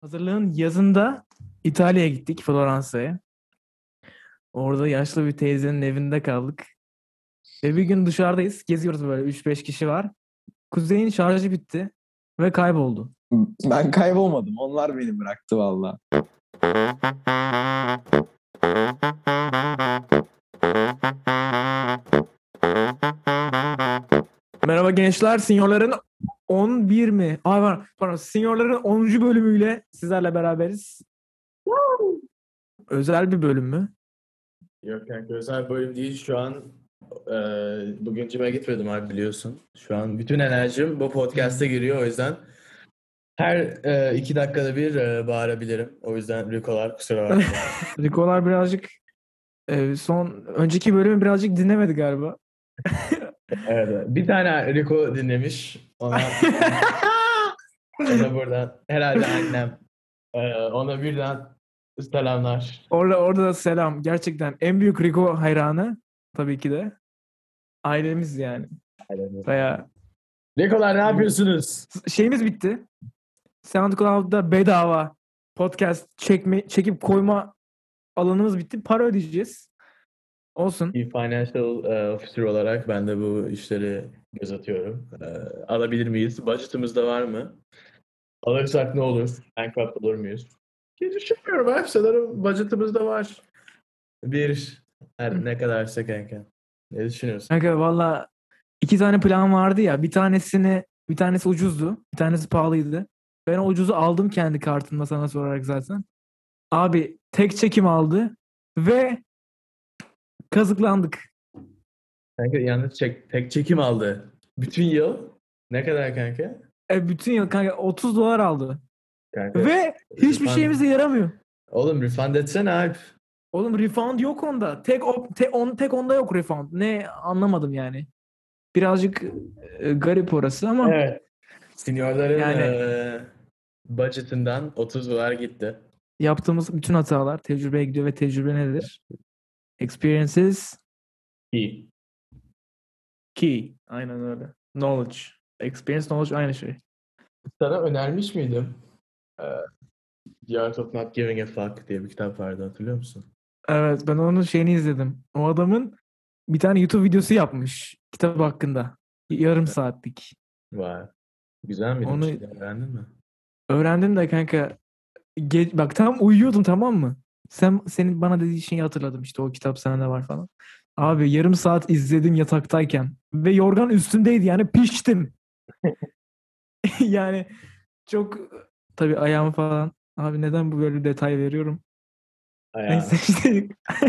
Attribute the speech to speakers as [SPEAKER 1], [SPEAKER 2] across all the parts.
[SPEAKER 1] Hazırlığın yazında İtalya'ya gittik, Floransa'ya. Orada yaşlı bir teyzenin evinde kaldık. Ve bir gün dışarıdayız. Geziyoruz böyle 3-5 kişi var. Kuzeyin şarjı bitti ve kayboldu.
[SPEAKER 2] Ben kaybolmadım. Onlar beni bıraktı valla.
[SPEAKER 1] Merhaba gençler, Sinyorların 11 mi? Pardon, Sinyorların 10. bölümüyle sizlerle beraberiz. Özel bir bölüm mü?
[SPEAKER 3] Yok kanka özel bölüm değil şu an bugün cime gitmedim abi biliyorsun. Şu an bütün enerjim bu podcast'e giriyor o yüzden her 2 dakikada bir bağırabilirim. O yüzden Rikolar kusura bakmayın.
[SPEAKER 1] Rikolar birazcık önceki bölümü birazcık dinlemedi galiba.
[SPEAKER 3] Evet, bir tane Riko dinlemiş. Ona buradan herhalde annem ona birden selamlar.
[SPEAKER 1] Orada da selam. Gerçekten en büyük Rico hayranı tabii ki de. Ailemiz yani. Bayağı.
[SPEAKER 3] Rikolar ne yapıyorsunuz?
[SPEAKER 1] Şeyimiz bitti. SoundCloud'da bedava podcast çekip koyma alanımız bitti. Para ödeyeceğiz. Olsun.
[SPEAKER 3] Bir financial officer olarak ben de bu işleri göz atıyorum. Alabilir miyiz? Budget'ımız da var mı? Alırsak ne olur? Bankrupt olur muyuz? Hiç düşünmüyorum abi. Sanırım budget'ımız da var. Her ne kadarsa kanka. Ne düşünüyorsun?
[SPEAKER 1] Kanka valla 2 tane plan vardı ya. Bir tanesi ucuzdu. Bir tanesi pahalıydı. Ben o ucuzu aldım kendi kartımda sana sorarak zaten. Abi tek çekim aldı ve kazıklandık.
[SPEAKER 3] Kanka yalnız tek çekim aldı. Bütün yıl ne kadar kanka?
[SPEAKER 1] Bütün yıl kanka $30 aldı.
[SPEAKER 3] Kanka
[SPEAKER 1] Ve hiçbir şeyimize yaramıyor.
[SPEAKER 3] Oğlum refund etsene Alp.
[SPEAKER 1] Oğlum refund yok onda. Tek onda yok refund. Ne anlamadım yani. Birazcık garip orası ama.
[SPEAKER 3] Evet. Seniorların
[SPEAKER 1] yani,
[SPEAKER 3] budget'inden $30 gitti.
[SPEAKER 1] Yaptığımız bütün hatalar tecrübeye gidiyor ve tecrübe nedir? Experiences
[SPEAKER 3] İyi.
[SPEAKER 1] key. Aynen öyle. Knowledge. Experience, knowledge aynı şey.
[SPEAKER 3] Sana önermiş miydim? The Art of Not Giving a Fuck diye bir kitap vardı, hatırlıyor musun?
[SPEAKER 1] Evet, ben onun şeyini izledim. O adamın bir tane YouTube videosu yapmış kitap hakkında. Yarım saatlik.
[SPEAKER 3] Vay. Güzel miydi?
[SPEAKER 1] Onu
[SPEAKER 3] Öğrendin mi?
[SPEAKER 1] öğrendim de kanka bak tam uyuyordum, tamam mı? Senin bana dediğin şeyi hatırladım, işte o kitap sende var falan. Abi yarım saat izledim yataktayken ve yorgan üstündeydi, yani piştim. Yani çok tabii ayağımı falan. Abi neden bu böyle detay veriyorum? Neyse işte.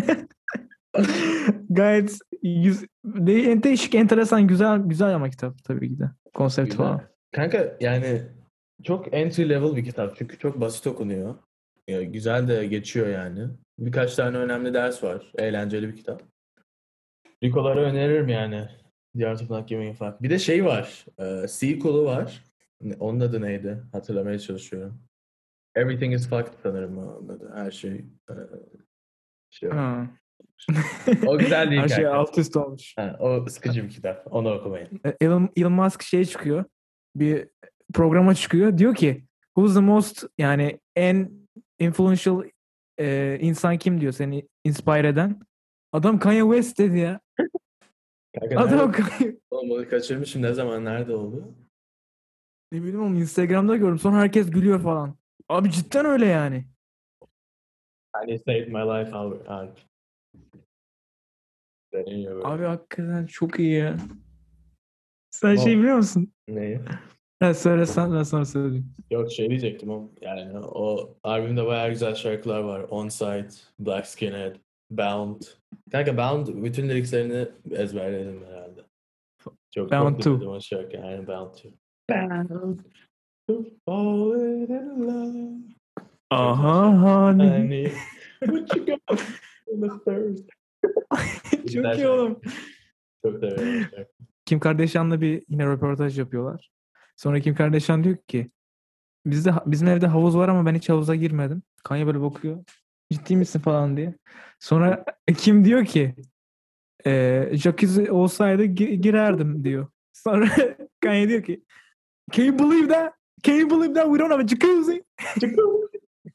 [SPEAKER 1] Gayet değişik, enteresan, güzel ama kitap tabii ki de. Konsept
[SPEAKER 3] Güzel.
[SPEAKER 1] falan.
[SPEAKER 3] Kanka yani çok entry level bir kitap. Çünkü çok basit okunuyor. Güzel de geçiyor yani. Birkaç tane önemli ders var. Eğlenceli bir kitap. Rikolara öneririm yani. The Art of Not Giving a Fuck. Bir de şey var. Sequel'ı var. Onun adı neydi? Hatırlamaya çalışıyorum. Everything is Fucked sanırım onun adı. Her şey
[SPEAKER 1] Ha.
[SPEAKER 3] O güzel değil
[SPEAKER 1] Her şey
[SPEAKER 3] kanka.
[SPEAKER 1] alt üst olmuş.
[SPEAKER 3] O sıkıcı bir kitap. Onu okumayın.
[SPEAKER 1] Elon Musk çıkıyor. Bir programa çıkıyor. Diyor ki who's the most, yani en influential insan kim diyor seni inspire eden. Adam Kanye West dedi ya.
[SPEAKER 3] Kanka
[SPEAKER 1] Adam
[SPEAKER 3] Oğlum onu kaçırmışım. Ne zaman? Nerede oldu?
[SPEAKER 1] ne bileyim ama Instagram'da gördüm. Sonra herkes gülüyor falan. Abi cidden öyle yani.
[SPEAKER 3] Kanye saved my life abi.
[SPEAKER 1] Abi hakikaten çok iyi ya. Sen şey biliyor musun?
[SPEAKER 3] Neyi?
[SPEAKER 1] Söyle sen, ben sonra söyleyeyim.
[SPEAKER 3] Yok şey diyecektim ama yani o albümde bayağı güzel şarkılar var. On Site, Black Skinhead, Bound. Kanka Bound bütün liriklerini ezberledim herhalde. Çok
[SPEAKER 1] Bound
[SPEAKER 3] çok
[SPEAKER 1] to.
[SPEAKER 3] dinledim o şarkı. Yani Bound to. Bound to fall in love.
[SPEAKER 1] Aha
[SPEAKER 3] Honey, would you go in the thirst?
[SPEAKER 1] Çok iyi oğlum.
[SPEAKER 3] Çok seviyorum şarkı.
[SPEAKER 1] Kim Kardashian'la yine röportaj yapıyorlar. Sonra Kim Kardashian diyor ki bizim evde havuz var ama ben hiç havuza girmedim. Kanye böyle bakıyor. Ciddi misin falan diye. Sonra Kim diyor ki jacuzzi olsaydı girerdim diyor. Sonra Kanye diyor ki Can you believe that? Can you believe that we don't have a jacuzzi?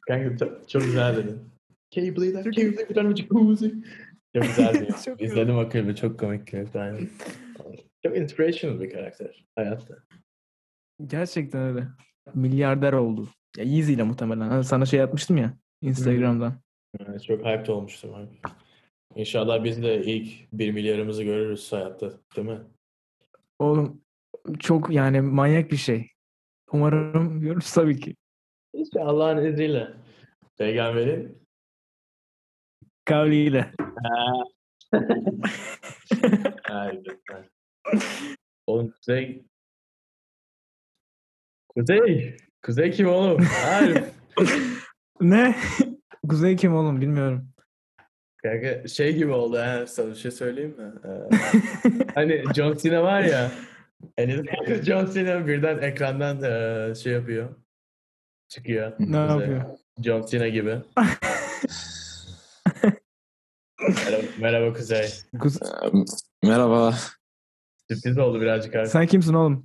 [SPEAKER 3] Kanka çok güzel dedin. Can you believe that? Can you believe it? I'm a jacuzzi. Çok güzel bir
[SPEAKER 1] Çok
[SPEAKER 3] İzledim o klibi. Çok komik klip. Aynen. Çok inspirational bir karakter hayatta.
[SPEAKER 1] Gerçekten öyle. Milyarder oldu. Ya Yeezy ile muhtemelen. Hani sana şey atmıştım ya Instagram'dan.
[SPEAKER 3] Evet, çok hyped olmuştum. İnşallah biz de ilk 1 milyarımızı görürüz hayatta. Değil mi?
[SPEAKER 1] Oğlum çok yani manyak bir şey. Umarım görürüz tabii ki.
[SPEAKER 3] İşte Allah'ın izniyle. Peygamberin.
[SPEAKER 1] Kavliyle.
[SPEAKER 3] Haydi. Oğlum Kuzey kim oğlum? Arif.
[SPEAKER 1] Ne? Kuzey kim oğlum bilmiyorum.
[SPEAKER 3] Kanka şey gibi oldu ha. Sana bir şey söyleyeyim mi? Hani John Cena var ya. Hani John Cena birden ekrandan şey yapıyor. Çıkıyor.
[SPEAKER 1] Ne yapıyor?
[SPEAKER 3] John Cena gibi. Merhaba Kuzey.
[SPEAKER 2] Merhaba.
[SPEAKER 3] Sürpriz oldu birazcık artık.
[SPEAKER 1] Sen kimsin oğlum?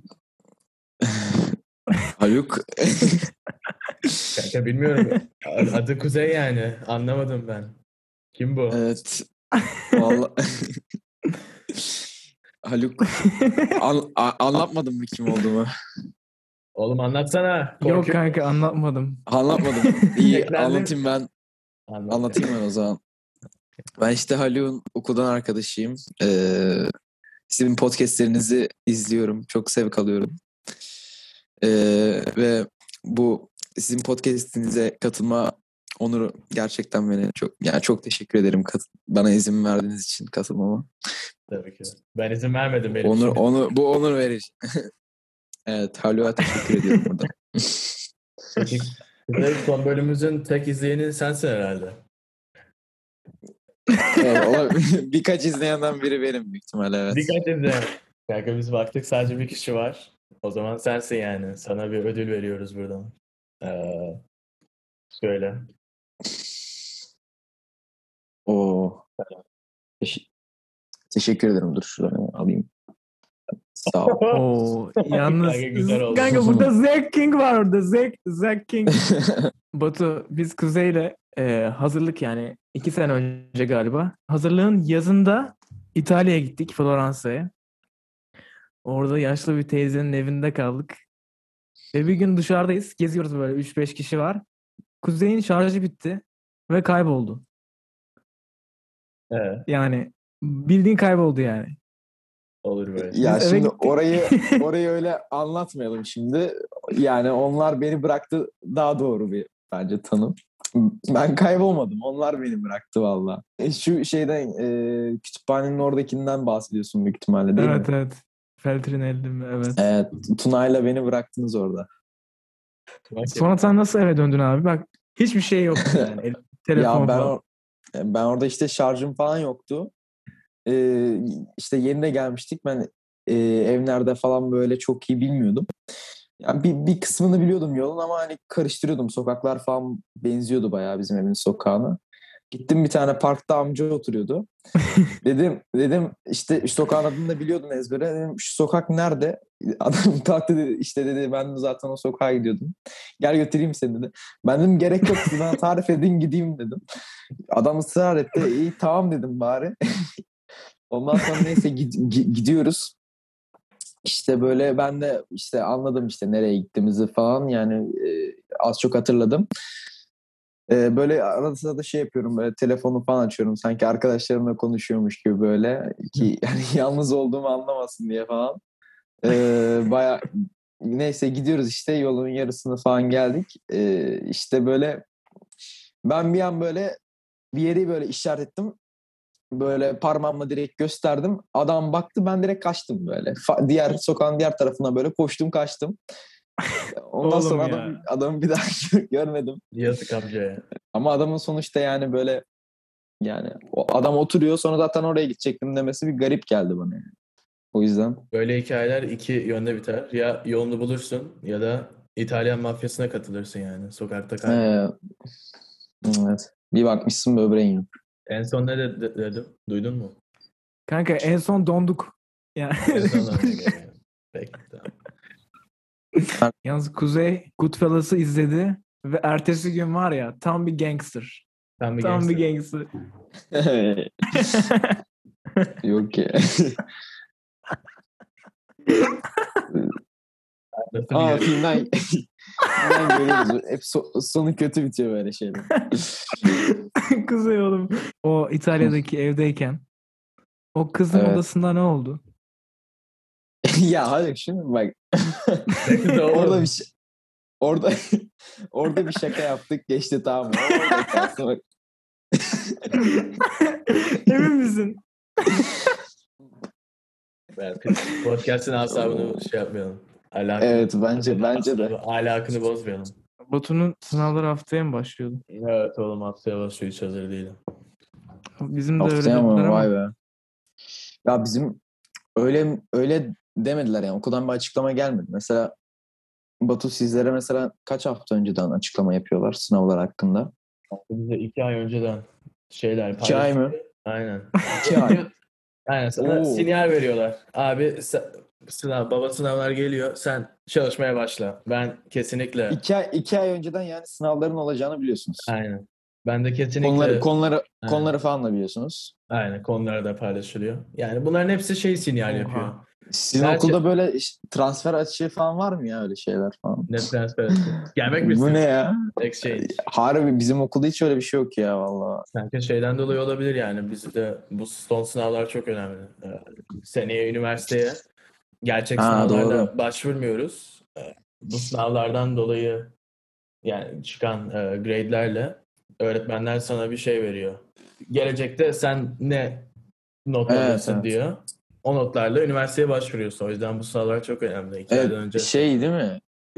[SPEAKER 2] Haluk.
[SPEAKER 3] Kanka bilmiyorum. Adı Kuzey yani. Anlamadım ben. Kim bu?
[SPEAKER 2] Evet. Vallahi Haluk. Anlatmadım mı kim olduğumu?
[SPEAKER 3] Oğlum anlatsana.
[SPEAKER 1] Yok
[SPEAKER 3] Korkuyorum.
[SPEAKER 1] kanka anlatmadım.
[SPEAKER 2] Anlatmadım. İyi
[SPEAKER 3] Beklendim.
[SPEAKER 2] anlatayım ben. Anlatayım ben o zaman. Ben işte Haluk'un okuldan arkadaşıyım. Sizin podcastlerinizi izliyorum. Çok zevk alıyorum. Ve bu sizin podcastinize katılma onuru gerçekten beni çok teşekkür ederim bana izin verdiğiniz için katılmama.
[SPEAKER 3] Tabii ki. Ben izin vermedim benim için.
[SPEAKER 2] Bu onur verici. Evet, Haluk'a teşekkür ediyorum burada.
[SPEAKER 3] Peki, Kuzey, son bölümümüzün tek izleyeni sensin herhalde.
[SPEAKER 2] Evet, birkaç izleyenden biri benim büyük ihtimalle, evet.
[SPEAKER 3] Dikkat edin. Kanka biz baktık sadece bir kişi var. O zaman sensin yani. Sana bir ödül veriyoruz buradan. Şöyle.
[SPEAKER 2] Oo. Teşekkür ederim. Dur şuradan alayım. Sağ ol.
[SPEAKER 1] Oo, yalnız
[SPEAKER 3] Kanka güzel oldu.
[SPEAKER 1] kanka burada Zack King var orada. Zack King. Batu biz Kuzey'le hazırlık yani 2 sene önce galiba. Hazırlığın yazında İtalya'ya gittik, Floransa'ya. Orada yaşlı bir teyzenin evinde kaldık. Ve bir gün dışarıdayız. Geziyoruz böyle 3-5 kişi var. Kuzey'in şarjı bitti ve kayboldu.
[SPEAKER 3] Evet,
[SPEAKER 1] Yani bildiğin kayboldu yani.
[SPEAKER 3] olur böyle.
[SPEAKER 2] Ya
[SPEAKER 1] Biz eve
[SPEAKER 2] şimdi
[SPEAKER 1] gittik.
[SPEAKER 2] orayı öyle anlatmayalım şimdi. Yani onlar beni bıraktı, daha doğru bir bence tanım. Ben kaybolmadım. Onlar beni bıraktı valla. Şu şeyden kütüphanenin oradakinden bahsediyorsun büyük ihtimalle, değil mi?
[SPEAKER 1] Evet evet. Feltrin elde mi? Evet.
[SPEAKER 2] Evet. Tuna'yla beni bıraktınız orada.
[SPEAKER 1] Sonra sen nasıl eve döndün abi? Bak hiçbir şey yoktu yani. Telefon
[SPEAKER 2] Ya
[SPEAKER 1] falan.
[SPEAKER 2] ben orada işte şarjım falan yoktu. İşte yeni de gelmiştik. Ben ev nerede falan böyle çok iyi bilmiyordum. Yani bir kısmını biliyordum yolun ama hani karıştırıyordum. Sokaklar falan benziyordu bayağı bizim evin sokağına. Gittim, bir tane parkta amca oturuyordu. Dedim işte şu sokağın adını da biliyordum ezbere. Dedim şu sokak nerede? Adam kalktı dedi, işte dedi ben de zaten o sokağa gidiyordum. Gel götüreyim seni dedi. Ben dedim gerek yok, siz bana tarif edin gideyim dedim. Adam ısrar etti. İyi tamam dedim bari. Ondan sonra neyse gidiyoruz. İşte böyle ben de işte anladım işte nereye gittiğimizi falan, yani az çok hatırladım. Böyle arada sırada şey yapıyorum, böyle telefonu falan açıyorum sanki arkadaşlarımla konuşuyormuş gibi, böyle ki yani yalnız olduğumu anlamasın diye falan. Baya neyse gidiyoruz işte, yolun yarısını falan geldik. İşte böyle ben bir an böyle bir yeri böyle işaret ettim. Böyle parmağımla direkt gösterdim. Adam baktı, ben direkt kaçtım böyle. Diğer sokağın diğer tarafına böyle koştum kaçtım. Ondan
[SPEAKER 1] Oğlum
[SPEAKER 2] sonra
[SPEAKER 1] ya.
[SPEAKER 2] adamı bir daha görmedim.
[SPEAKER 3] Yazık amcaya.
[SPEAKER 2] Ama adamın sonuçta yani böyle, yani o adam oturuyor sonra zaten oraya gidecektim demesi bir garip geldi bana yani. O yüzden.
[SPEAKER 3] Böyle hikayeler iki yönde biter. Ya yolunu bulursun ya da İtalyan mafyasına katılırsın yani. Sokakta kaybol.
[SPEAKER 2] Evet. Bir bakmışsın böbreğin yok.
[SPEAKER 3] En son ne dedim? Duydun mu?
[SPEAKER 1] Kanka en son donduk. Yani.
[SPEAKER 3] En son ne dedim? Peki tamam.
[SPEAKER 1] Yalnız Kuzey Goodfellas'ı izledi. Ve ertesi gün var ya tam bir gangster.
[SPEAKER 3] Tam bir
[SPEAKER 1] Tam bir
[SPEAKER 3] gangster.
[SPEAKER 1] gangster.
[SPEAKER 2] Yok ya.
[SPEAKER 3] Nasıl
[SPEAKER 2] Aa
[SPEAKER 3] bir
[SPEAKER 2] filmden görüyoruz. Hep sonu kötü bitiyor böyle şeyler.
[SPEAKER 1] Kuzey oğlum. O İtalya'daki evdeyken o kızın
[SPEAKER 2] Evet.
[SPEAKER 1] odasında ne oldu?
[SPEAKER 2] Ya hadi şimdi bak.
[SPEAKER 3] Neyse oğlum.
[SPEAKER 2] Orada bir şey, orada orada bir şaka yaptık geçti tamam mı? Orada kalsın bak.
[SPEAKER 1] Emin misin?
[SPEAKER 3] Podcast'ın asabını şey yapmayalım.
[SPEAKER 2] Evet bence de.
[SPEAKER 3] Ahlakını bozmayalım.
[SPEAKER 1] Batu'nun sınavları haftaya mı başlıyordu?
[SPEAKER 3] Evet oğlum haftaya başlıyor hiç hazır değilim.
[SPEAKER 1] Bizim de öyle
[SPEAKER 2] Haftaya
[SPEAKER 1] dediler
[SPEAKER 2] mı?
[SPEAKER 1] ama
[SPEAKER 2] Vay be. Ya bizim öyle demediler yani. Okuldan bir açıklama gelmedi. Mesela Batu sizlere mesela kaç hafta önceden açıklama yapıyorlar sınavlar hakkında?
[SPEAKER 3] Bize 2 ay önceden şeyler
[SPEAKER 2] 2 ay mı?
[SPEAKER 3] Aynen.
[SPEAKER 2] 2 ay.
[SPEAKER 3] Aynen sana
[SPEAKER 2] Oo.
[SPEAKER 3] sinyal veriyorlar. Abi baba sınavlar geliyor. Sen çalışmaya başla. Ben kesinlikle
[SPEAKER 2] 2 ay önceden yani sınavların olacağını biliyorsunuz.
[SPEAKER 3] aynen. Ben de kesinlikle
[SPEAKER 2] Konuları falan da biliyorsunuz.
[SPEAKER 3] aynen konular da paylaşılıyor. Yani bunların hepsi sinyal yapıyor.
[SPEAKER 1] Oha.
[SPEAKER 2] Sizin
[SPEAKER 3] Her
[SPEAKER 2] okulda böyle transfer açığı falan var mı ya öyle şeyler falan?
[SPEAKER 3] Ne transfer gelmek mi
[SPEAKER 2] Bu
[SPEAKER 3] istiyorsun?
[SPEAKER 2] ne ya?
[SPEAKER 3] Exchange.
[SPEAKER 2] Harbi bizim okulda hiç öyle bir şey yok ya valla.
[SPEAKER 3] Sanki şeyden dolayı olabilir yani. Bizde bu son sınavlar çok önemli. Seneye üniversiteye gerçek sınavlarla
[SPEAKER 2] Doğru.
[SPEAKER 3] başvurmuyoruz. Bu sınavlardan dolayı yani çıkan grade'lerle öğretmenler sana bir şey veriyor. Gelecekte sen ne not
[SPEAKER 2] Evet,
[SPEAKER 3] alırsın
[SPEAKER 2] evet.
[SPEAKER 3] diyor. O notlarla üniversiteye başvuruyorsun. O yüzden bu sınavlar çok önemli. 2 aydan önce.
[SPEAKER 2] Şey değil mi?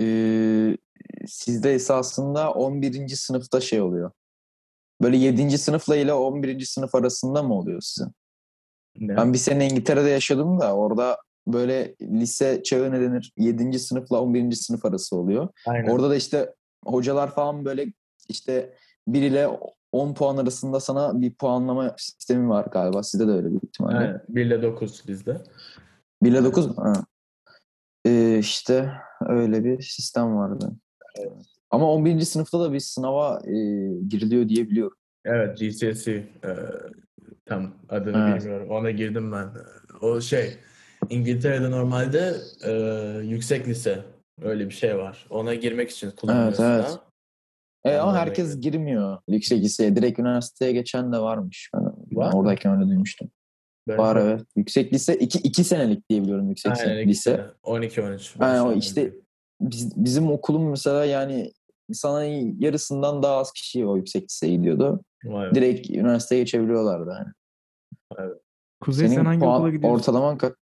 [SPEAKER 2] Sizde esasında 11. sınıfta şey oluyor. Böyle 7. sınıfla ile 11. sınıf arasında mı oluyor sizin?
[SPEAKER 3] Ne?
[SPEAKER 2] Ben bir sene İngiltere'de yaşadım da orada böyle lise çağı ne denir? 7. sınıfla 11. sınıf arası oluyor.
[SPEAKER 3] Aynen.
[SPEAKER 2] Orada da işte hocalar falan böyle işte 1 ile 10 puan arasında sana bir puanlama sistemi var galiba. Sizde de öyle büyük ihtimalle.
[SPEAKER 3] Aynen. 1 ile 9 bizde.
[SPEAKER 2] 1 ile 9 mu? Ha. İşte öyle bir sistem vardı.
[SPEAKER 3] Evet.
[SPEAKER 2] Ama 11. sınıfta da bir sınava giriliyor diye biliyorum.
[SPEAKER 3] Evet, GCSE tam adını
[SPEAKER 2] Evet.
[SPEAKER 3] bilmiyorum. Ona girdim ben. O İngiltere'de normalde yüksek lise öyle bir şey var. Ona girmek için kullanılıyor
[SPEAKER 2] Evet.
[SPEAKER 3] sınav.
[SPEAKER 2] Ama
[SPEAKER 3] Ona
[SPEAKER 2] herkes
[SPEAKER 3] girdim.
[SPEAKER 2] girmiyor yüksek liseye. Direkt üniversiteye geçen de varmış. Ben
[SPEAKER 3] Var mı?
[SPEAKER 2] oradayken öyle duymuştum.
[SPEAKER 3] Böyle
[SPEAKER 2] Var
[SPEAKER 3] çok-
[SPEAKER 2] evet. Yüksek lise 2 senelik diye biliyorum yüksek
[SPEAKER 3] Aynen iki
[SPEAKER 2] lise.
[SPEAKER 3] sene. 12-13.
[SPEAKER 2] Yani o
[SPEAKER 3] başlar
[SPEAKER 2] işte
[SPEAKER 3] öyle.
[SPEAKER 2] bizim okulun mesela yani insanın yarısından daha az kişi o yüksek liseye gidiyordu.
[SPEAKER 3] Vay be.
[SPEAKER 2] Direkt üniversiteye geçebiliyorlardı yani.
[SPEAKER 1] Kuzey sen
[SPEAKER 2] Senin
[SPEAKER 1] hangi okula
[SPEAKER 2] puan
[SPEAKER 1] gidiyorsun?
[SPEAKER 2] ortalaman kaç?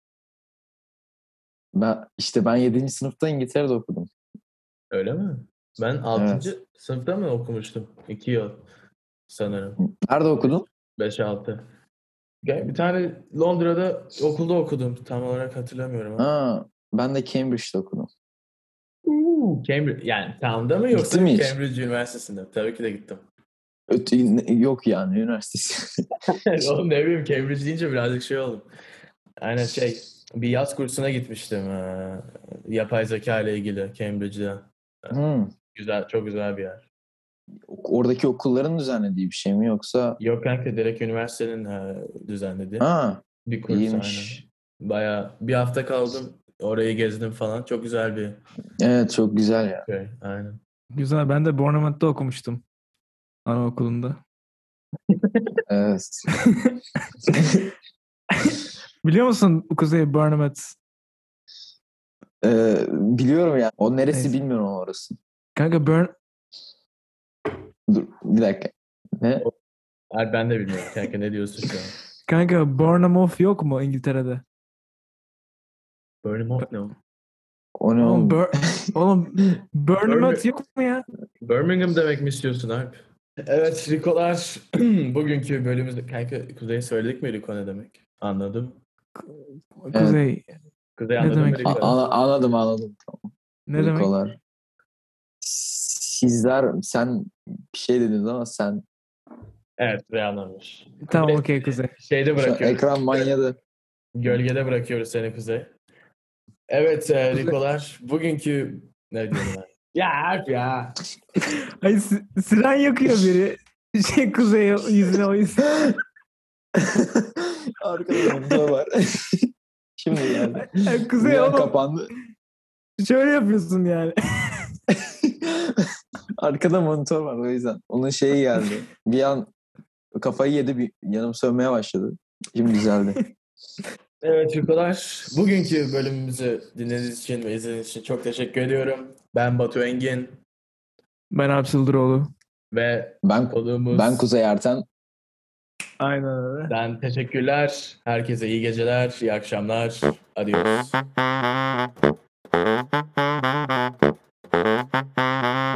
[SPEAKER 2] Ben 7. sınıfta İngiltere'de okudum.
[SPEAKER 3] Öyle mi? Ben 6. sınıfta mı okumuştum? 2 yıl sanırım.
[SPEAKER 2] Nerede okudun?
[SPEAKER 3] 5-6. Bir tane Londra'da okulda okudum. Tam olarak hatırlamıyorum ama.
[SPEAKER 2] Ben de Cambridge'de okudum.
[SPEAKER 3] Cambridge yani Town'da mı yoksa
[SPEAKER 2] Gittin mi hiç?
[SPEAKER 3] Cambridge Üniversitesi'nde? Tabii ki de gittim.
[SPEAKER 2] Yok yani üniversitesi.
[SPEAKER 3] Oğlum ne bileyim Cambridge deyince birazcık şey oldum. Aynen bir yaz kursuna gitmiştim. Yapay zeka ile ilgili Cambridge'de. Güzel, çok güzel bir yer.
[SPEAKER 2] Oradaki okulların düzenlediği bir şey mi yoksa?
[SPEAKER 3] Yok kanka direkt üniversitenin düzenlediği bir kurs
[SPEAKER 2] iyiymiş.
[SPEAKER 3] aynen. Bayağı bir hafta kaldım. Orayı gezdim falan. Çok güzel bir
[SPEAKER 2] Evet çok güzel ya.
[SPEAKER 3] şey. Aynen.
[SPEAKER 1] Güzel. Ben de Bournemouth'ta okumuştum. Anaokulunda.
[SPEAKER 2] Evet.
[SPEAKER 1] Biliyor musun Kuzey Bournemouth?
[SPEAKER 2] Biliyorum ya. O neresi
[SPEAKER 1] Neyse.
[SPEAKER 2] bilmiyorum orası.
[SPEAKER 1] Kanka
[SPEAKER 2] Dur bir dakika. Ne?
[SPEAKER 3] Ben de bilmiyorum kanka ne diyorsun şu an.
[SPEAKER 1] Kanka Bournemouth yok mu İngiltere'de?
[SPEAKER 3] Bournemouth ne o?
[SPEAKER 2] O ne
[SPEAKER 1] Oğlum,
[SPEAKER 2] oğlum?
[SPEAKER 1] oğlum Bournemouth yok mu ya?
[SPEAKER 3] Birmingham demek mi istiyorsun Alp? Evet Rikolar bugünkü bölümümüzde kanka Kuzey söyledik mi Riko ne demek? Anladım.
[SPEAKER 1] Kuzey
[SPEAKER 3] Kuzey
[SPEAKER 1] ne
[SPEAKER 3] anladın mı
[SPEAKER 1] demek?
[SPEAKER 3] Riko?
[SPEAKER 2] Anladım.
[SPEAKER 1] Ne demek?
[SPEAKER 2] Rikolar. Sizler sen bir şey dediniz ama sen
[SPEAKER 3] Evet Kuzey anlamış.
[SPEAKER 1] Tamam
[SPEAKER 3] Kuzey,
[SPEAKER 1] okey Kuzey.
[SPEAKER 3] Şeyde
[SPEAKER 2] şu an
[SPEAKER 3] bırakıyoruz.
[SPEAKER 2] ekran manyadı.
[SPEAKER 3] Gölgede bırakıyoruz seni Kuzey. Evet Rikolar bugünkü ne diyorum ben? Ya.
[SPEAKER 1] Ay, siren yakıyor biri. Kuzey yüzüne o yüzden.
[SPEAKER 2] Arkada monitör var. Şimdi geldi.
[SPEAKER 1] Ay, Kuzey
[SPEAKER 2] Bir an
[SPEAKER 1] oğlum
[SPEAKER 2] kapandı.
[SPEAKER 1] şöyle yapıyorsun yani.
[SPEAKER 2] Arkada monitör var o yüzden. Onun şeyi geldi. Bir an kafayı yedi, bir yanım sönmeye başladı. Şimdi düzeldi.
[SPEAKER 3] Evet çocuklar, bugünkü bölümümüzü dinlediğiniz için ve izlediğiniz için çok teşekkür ediyorum. Ben Batu Engin
[SPEAKER 1] Ben Alp Sıldıroğlu.
[SPEAKER 3] ve
[SPEAKER 2] Ben
[SPEAKER 3] konuğumuz
[SPEAKER 2] Kuzey Erten.
[SPEAKER 1] Aynen öyle.
[SPEAKER 3] Ben teşekkürler. Herkese iyi geceler, iyi akşamlar. Adios.